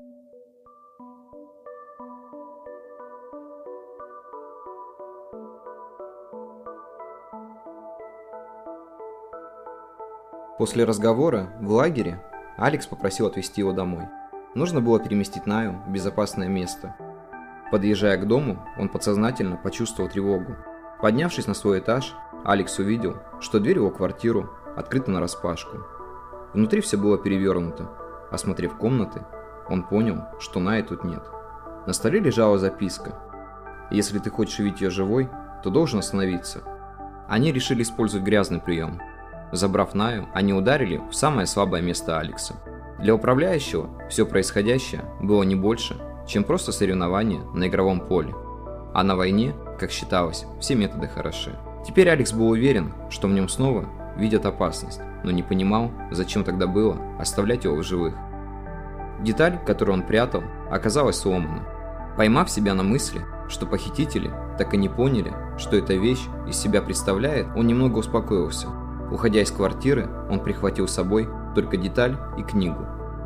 После разговора в лагере Алекс попросил отвезти его домой. Нужно было переместить Наю в безопасное место. Подъезжая к дому, он подсознательно почувствовал тревогу. Поднявшись на свой этаж, Алекс увидел, что дверь в его квартиру открыта нараспашку. Внутри все было перевернуто. Осмотрев комнаты, он понял, что Наи тут нет. На столе лежала записка. «Если ты хочешь видеть ее живой, то должен остановиться». Они решили использовать грязный прием. Забрав Наю, они ударили в самое слабое место Алекса. Для управляющего все происходящее было не больше, чем просто соревнование на игровом поле. А на войне, как считалось, все методы хороши. Теперь Алекс был уверен, что в нем снова видят опасность, но не понимал, зачем тогда было оставлять его в живых. Деталь, которую он прятал, оказалась сломана. Поймав себя на мысли, что похитители так и не поняли, что эта вещь из себя представляет, он немного успокоился. Уходя из квартиры, он прихватил с собой только деталь и книгу.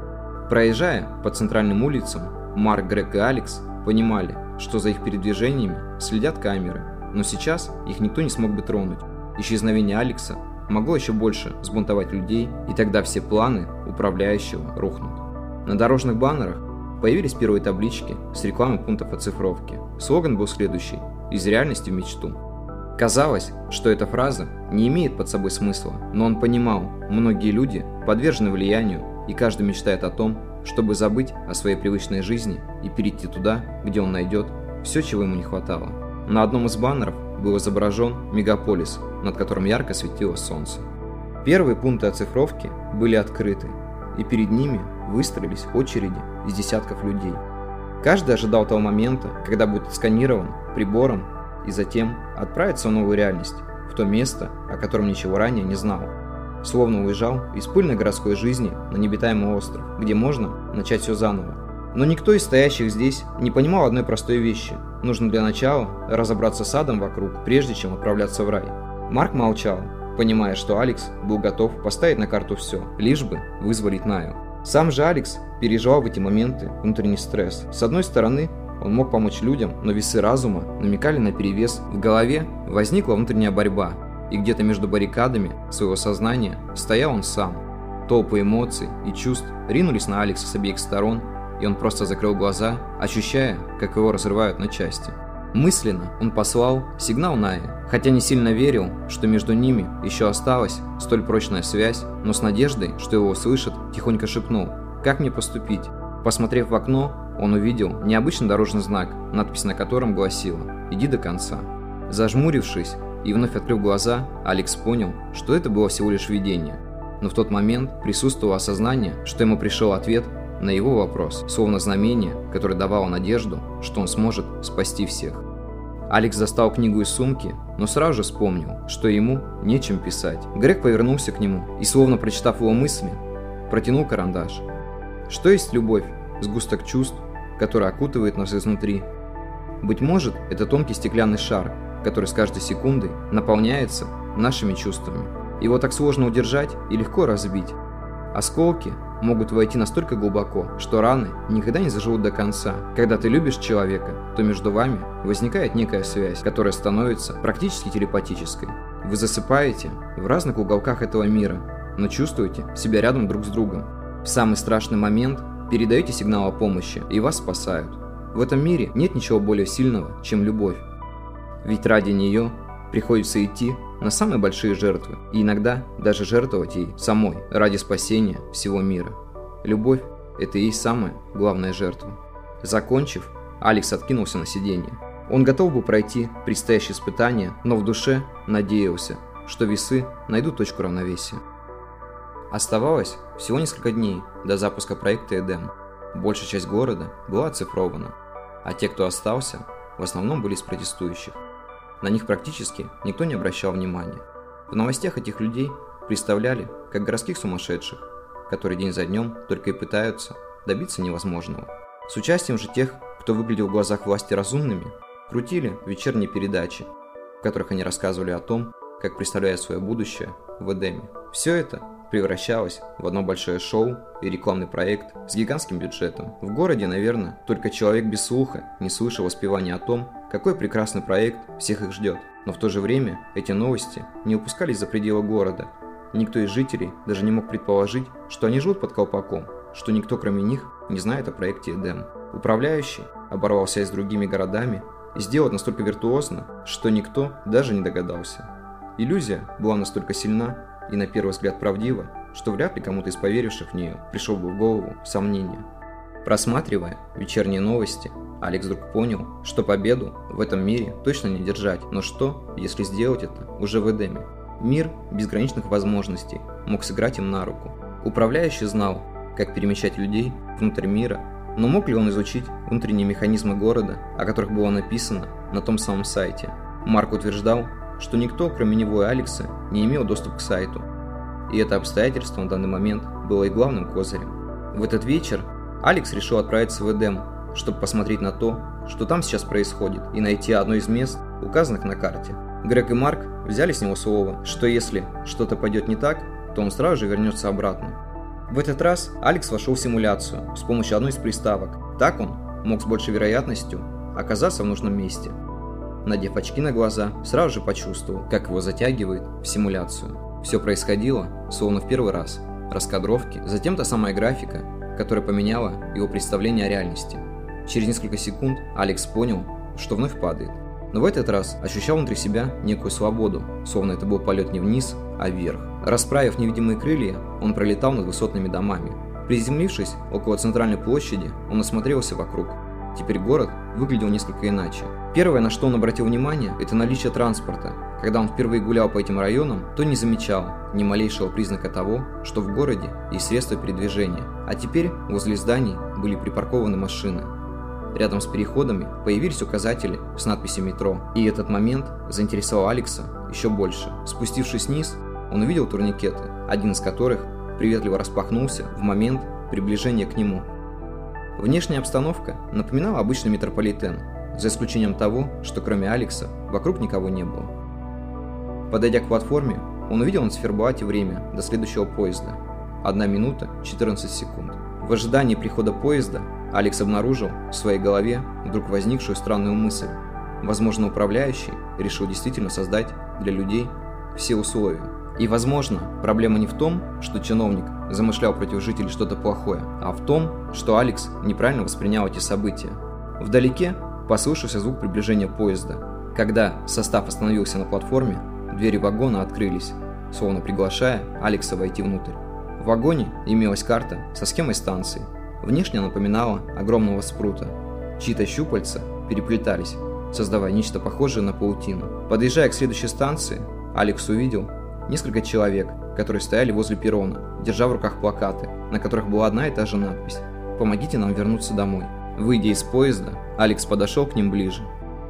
Проезжая по центральным улицам, Марк, Грег и Алекс понимали, что за их передвижениями следят камеры, но сейчас их никто не смог бы тронуть. Исчезновение Алекса могло еще больше взбунтовать людей, и тогда все планы управляющего рухнут. На дорожных баннерах появились первые таблички с рекламой пунктов оцифровки. Слоган был следующий: «Из реальности в мечту». Казалось, что эта фраза не имеет под собой смысла, но он понимал, многие люди подвержены влиянию, и каждый мечтает о том, чтобы забыть о своей привычной жизни и перейти туда, где он найдет все, чего ему не хватало. На одном из баннеров был изображен мегаполис, над которым ярко светило солнце. Первые пункты оцифровки были открыты, и перед ними выстроились очереди из десятков людей. Каждый ожидал того момента, когда будет отсканирован прибором и затем отправиться в новую реальность, в то место, о котором ничего ранее не знал. Словно уезжал из пыльной городской жизни на необитаемый остров, где можно начать все заново. Но никто из стоящих здесь не понимал одной простой вещи. Нужно для начала разобраться с адом вокруг, прежде чем отправляться в рай. Марк молчал, понимая, что Алекс был готов поставить на карту все, лишь бы вызволить Наю. Сам же Алекс переживал в эти моменты внутренний стресс. С одной стороны, он мог помочь людям, но весы разума намекали на перевес. В голове возникла внутренняя борьба, и где-то между баррикадами своего сознания стоял он сам. Толпы эмоций и чувств ринулись на Алекса с обеих сторон, и он просто закрыл глаза, ощущая, как его разрывают на части. Мысленно он послал сигнал Найе, хотя не сильно верил, что между ними еще осталась столь прочная связь, но с надеждой, что его услышат, тихонько шепнул: «Как мне поступить?». Посмотрев в окно, он увидел необычный дорожный знак, надпись на котором гласила: «Иди до конца». Зажмурившись и вновь открыв глаза, Алекс понял, что это было всего лишь видение. Но в тот момент присутствовало осознание, что ему пришел ответ на его вопрос, словно знамение, которое давало надежду, что он сможет спасти всех. Алекс достал книгу из сумки, но сразу же вспомнил, что ему нечем писать. Грег повернулся к нему и, словно прочитав его мысли, протянул карандаш. Что есть любовь? Сгусток чувств, который окутывает нас изнутри. Быть может, это тонкий стеклянный шар, который с каждой секундой наполняется нашими чувствами. Его так сложно удержать и легко разбить. Осколки могут войти настолько глубоко, что раны никогда не заживут до конца. Когда ты любишь человека, то между вами возникает некая связь, которая становится практически телепатической. Вы засыпаете в разных уголках этого мира, но чувствуете себя рядом друг с другом. В самый страшный момент передаете сигнал о помощи, и вас спасают. В этом мире нет ничего более сильного, чем любовь. Ведь ради нее приходится идти на самые большие жертвы, и иногда даже жертвовать ей самой ради спасения всего мира. Любовь – это и есть самая главная жертва. Закончив, Алекс откинулся на сиденье. Он готов был пройти предстоящее испытание, но в душе надеялся, что весы найдут точку равновесия. Оставалось всего несколько дней до запуска проекта Эдем. Большая часть города была оцифрована, а те, кто остался, в основном были из протестующих. На них практически никто не обращал внимания. В новостях этих людей представляли как городских сумасшедших, которые день за днем только и пытаются добиться невозможного. С участием же тех, кто выглядел в глазах власти разумными, крутили вечерние передачи, в которых они рассказывали о том, как представляют свое будущее в Эдеме. Все это превращалось в одно большое шоу и рекламный проект с гигантским бюджетом. В городе, наверное, только человек без слуха не слышал воспевания о том, какой прекрасный проект всех их ждет. Но в то же время эти новости не упускались за пределы города. Никто из жителей даже не мог предположить, что они живут под колпаком, что никто кроме них не знает о проекте Эдем. Управляющий оборвал связь с другими городами и сделал настолько виртуозно, что никто даже не догадался. Иллюзия была настолько сильна и на первый взгляд правдива, что вряд ли кому-то из поверивших в нее пришло бы в голову сомнение. Просматривая вечерние новости, Алекс вдруг понял, что победу в этом мире точно не держать, но что, если сделать это уже в Эдеме? Мир безграничных возможностей мог сыграть им на руку. Управляющий знал, как перемещать людей внутрь мира, но мог ли он изучить внутренние механизмы города, о которых было написано на том самом сайте? Марк утверждал, что никто, кроме него и Алекса, не имел доступ к сайту. И это обстоятельство на данный момент было и главным козырем. В этот вечер Алекс решил отправиться в Эдем, чтобы посмотреть на то, что там сейчас происходит, и найти одно из мест, указанных на карте. Грег и Марк взяли с него слово, что если что-то пойдет не так, то он сразу же вернется обратно. В этот раз Алекс вошел в симуляцию с помощью одной из приставок. Так он мог с большей вероятностью оказаться в нужном месте. Надев очки на глаза, сразу же почувствовал, как его затягивает в симуляцию. Все происходило, словно в первый раз. Раскадровки, затем та самая графика, которая поменяла его представление о реальности. Через несколько секунд Алекс понял, что вновь падает. Но в этот раз ощущал внутри себя некую свободу, словно это был полет не вниз, а вверх. Расправив невидимые крылья, он пролетал над высотными домами. Приземлившись около центральной площади, он осмотрелся вокруг. Теперь город выглядел несколько иначе. Первое, на что он обратил внимание, это наличие транспорта. Когда он впервые гулял по этим районам, то не замечал ни малейшего признака того, что в городе есть средства передвижения. А теперь возле зданий были припаркованы машины. Рядом с переходами появились указатели с надписью «Метро». И этот момент заинтересовал Алекса еще больше. Спустившись вниз, он увидел турникеты, один из которых приветливо распахнулся в момент приближения к нему. Внешняя обстановка напоминала обычный метрополитен, за исключением того, что кроме Алекса вокруг никого не было. Подойдя к платформе, он увидел на циферблате время до следующего поезда – 1 минута 14 секунд. В ожидании прихода поезда Алекс обнаружил в своей голове вдруг возникшую странную мысль. Возможно, управляющий решил действительно создать для людей все условия. И, возможно, проблема не в том, что чиновник замышлял против жителей что-то плохое, а в том, что Алекс неправильно воспринял эти события. Вдалеке послышался звук приближения поезда. Когда состав остановился на платформе, двери вагона открылись, словно приглашая Алекса войти внутрь. В вагоне имелась карта со схемой станции. Внешне напоминала огромного спрута. Чьи-то щупальца переплетались, создавая нечто похожее на паутину. Подъезжая к следующей станции, Алекс увидел несколько человек, которые стояли возле перрона, держа в руках плакаты, на которых была одна и та же надпись «Помогите нам вернуться домой». Выйдя из поезда, Алекс подошел к ним ближе.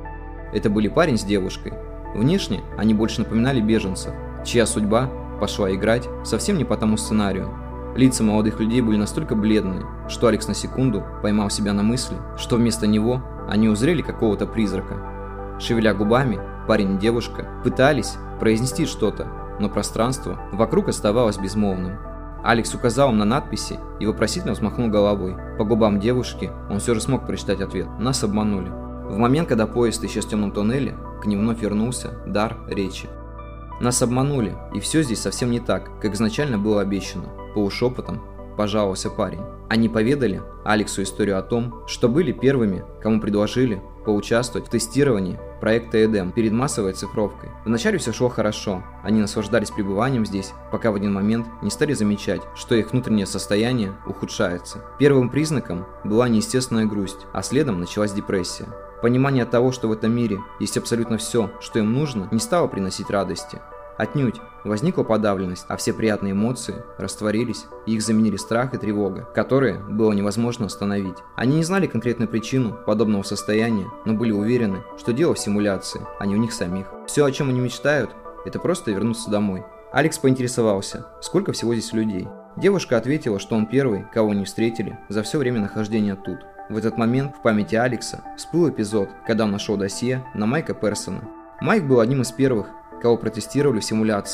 Это были парень с девушкой. Внешне они больше напоминали беженцев, чья судьба пошла играть совсем не по тому сценарию. Лица молодых людей были настолько бледные, что Алекс на секунду поймал себя на мысли, что вместо него они узрели какого-то призрака. Шевеля губами, парень и девушка пытались произнести что-то, но пространство вокруг оставалось безмолвным. Алекс указал им на надписи и вопросительно взмахнул головой. По губам девушки он все же смог прочитать ответ: «Нас обманули». В момент, когда поезд исчез в темном туннеле, к ним вновь вернулся дар речи. «Нас обманули, и все здесь совсем не так, как изначально было обещано», – полушепотом пожаловался парень. Они поведали Алексу историю о том, что были первыми, кому предложили поучаствовать в тестировании проекта Эдем перед массовой цифровкой. Вначале все шло хорошо, они наслаждались пребыванием здесь, пока в один момент не стали замечать, что их внутреннее состояние ухудшается. Первым признаком была неестественная грусть, а следом началась депрессия. Понимание того, что в этом мире есть абсолютно все, что им нужно, не стало приносить радости. Отнюдь, возникла подавленность, а все приятные эмоции растворились, и их заменили страх и тревога, которые было невозможно остановить. Они не знали конкретную причину подобного состояния, но были уверены, что дело в симуляции, а не у них самих. Все, о чем они мечтают, это просто вернуться домой. Алекс поинтересовался, сколько всего здесь людей. Девушка ответила, что он первый, кого не встретили за все время нахождения тут. В этот момент в памяти Алекса всплыл эпизод, когда он нашел досье на Майка Персона. Майк был одним из первых, кого протестировали в симуляции,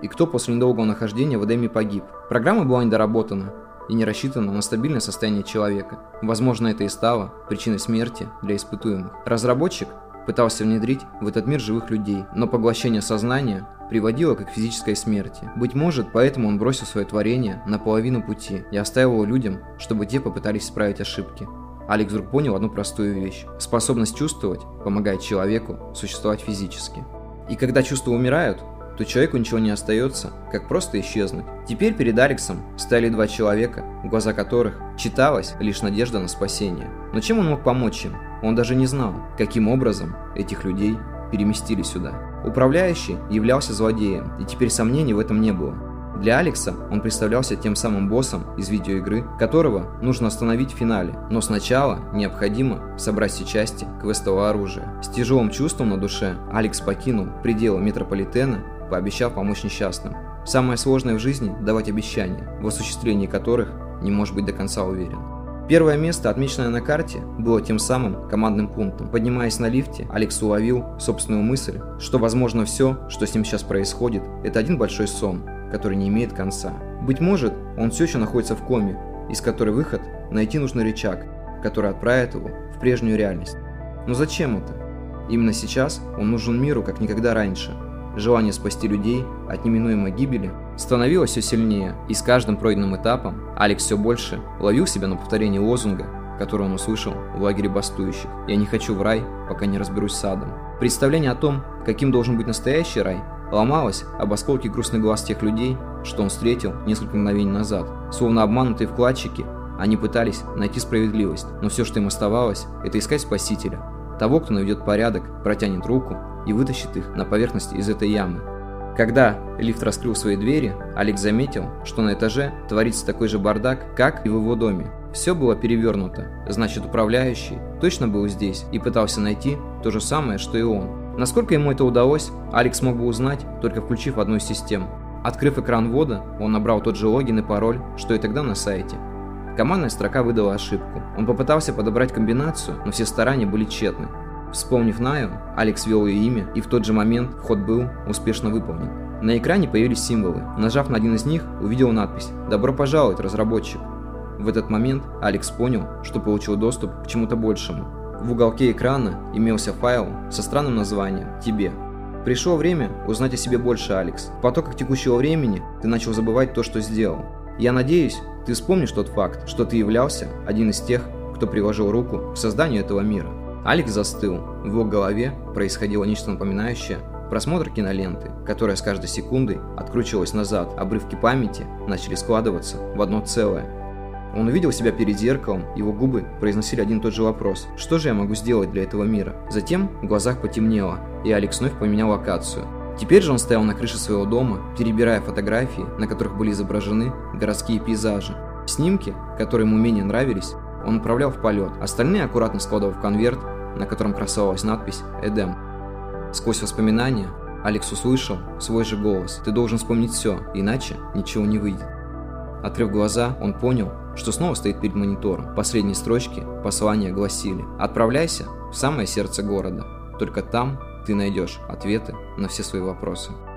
и кто после недолгого нахождения в Эдеме погиб. Программа была недоработана и не рассчитана на стабильное состояние человека. Возможно, это и стало причиной смерти для испытуемых. Разработчик пытался внедрить в этот мир живых людей, но поглощение сознания приводило к их физической смерти. Быть может, поэтому он бросил свое творение на половину пути и оставил его людям, чтобы те попытались исправить ошибки. Алекс вдруг понял одну простую вещь. Способность чувствовать помогает человеку существовать физически. И когда чувства умирают, то человеку ничего не остается, как просто исчезнуть. Теперь перед Алексом стояли два человека, в глаза которых читалась лишь надежда на спасение. Но чем он мог помочь им? Он даже не знал, каким образом этих людей переместили сюда. Управляющий являлся злодеем, и теперь сомнений в этом не было. Для Алекса он представлялся тем самым боссом из видеоигры, которого нужно остановить в финале, но сначала необходимо собрать все части квестового оружия. С тяжелым чувством на душе Алекс покинул пределы метрополитена, пообещав помочь несчастным. Самое сложное в жизни – давать обещания, в осуществлении которых не можешь быть до конца уверен. Первое место, отмеченное на карте, было тем самым командным пунктом. Поднимаясь на лифте, Алекс уловил собственную мысль, что, возможно, все, что с ним сейчас происходит, это один большой сон, который не имеет конца. Быть может, он все еще находится в коме, из которой выход найти нужный рычаг, который отправит его в прежнюю реальность. Но зачем это? Именно сейчас он нужен миру, как никогда раньше. Желание спасти людей от неминуемой гибели становилось все сильнее, и с каждым пройденным этапом Алекс все больше ловил себя на повторении лозунга, который он услышал в лагере бастующих: «Я не хочу в рай, пока не разберусь с адом». Представление о том, каким должен быть настоящий рай, ломалось об осколке грустных глаз тех людей, что он встретил несколько мгновений назад. Словно обманутые вкладчики, они пытались найти справедливость, но все, что им оставалось, это искать спасителя, того, кто наведет порядок, протянет руку и вытащит их на поверхность из этой ямы. Когда лифт раскрыл свои двери, Алекс заметил, что на этаже творится такой же бардак, как и в его доме. Все было перевернуто, значит, управляющий точно был здесь и пытался найти то же самое, что и он. Насколько ему это удалось, Алекс мог бы узнать, только включив одну из систем. Открыв экран ввода, он набрал тот же логин и пароль, что и тогда на сайте. Командная строка выдала ошибку. Он попытался подобрать комбинацию, но все старания были тщетны. Вспомнив Наю, Алекс ввел ее имя, и в тот же момент вход был успешно выполнен. На экране появились символы. Нажав на один из них, увидел надпись «Добро пожаловать, разработчик». В этот момент Алекс понял, что получил доступ к чему-то большему. В уголке экрана имелся файл со странным названием «Тебе». Пришло время узнать о себе больше, Алекс. В потоках текущего времени ты начал забывать то, что сделал. Я надеюсь, ты вспомнишь тот факт, что ты являлся один из тех, кто приложил руку к созданию этого мира. Алекс застыл. В его голове происходило нечто напоминающее просмотр киноленты, которая с каждой секундой откручивалась назад. Обрывки памяти начали складываться в одно целое. Он увидел себя перед зеркалом, его губы произносили один и тот же вопрос: что же я могу сделать для этого мира? Затем в глазах потемнело, и Алекс вновь поменял локацию. Теперь же он стоял на крыше своего дома, перебирая фотографии, на которых были изображены городские пейзажи. Снимки, которые ему менее нравились, он отправлял в полет, остальные аккуратно складывал в конверт, на котором красовалась надпись «Эдем». Сквозь воспоминания Алекс услышал свой же голос: «Ты должен вспомнить все, иначе ничего не выйдет». Открыв глаза, он понял, что снова стоит перед монитором. Последние строчки послания гласили: «Отправляйся в самое сердце города. Только там ты найдешь ответы на все свои вопросы».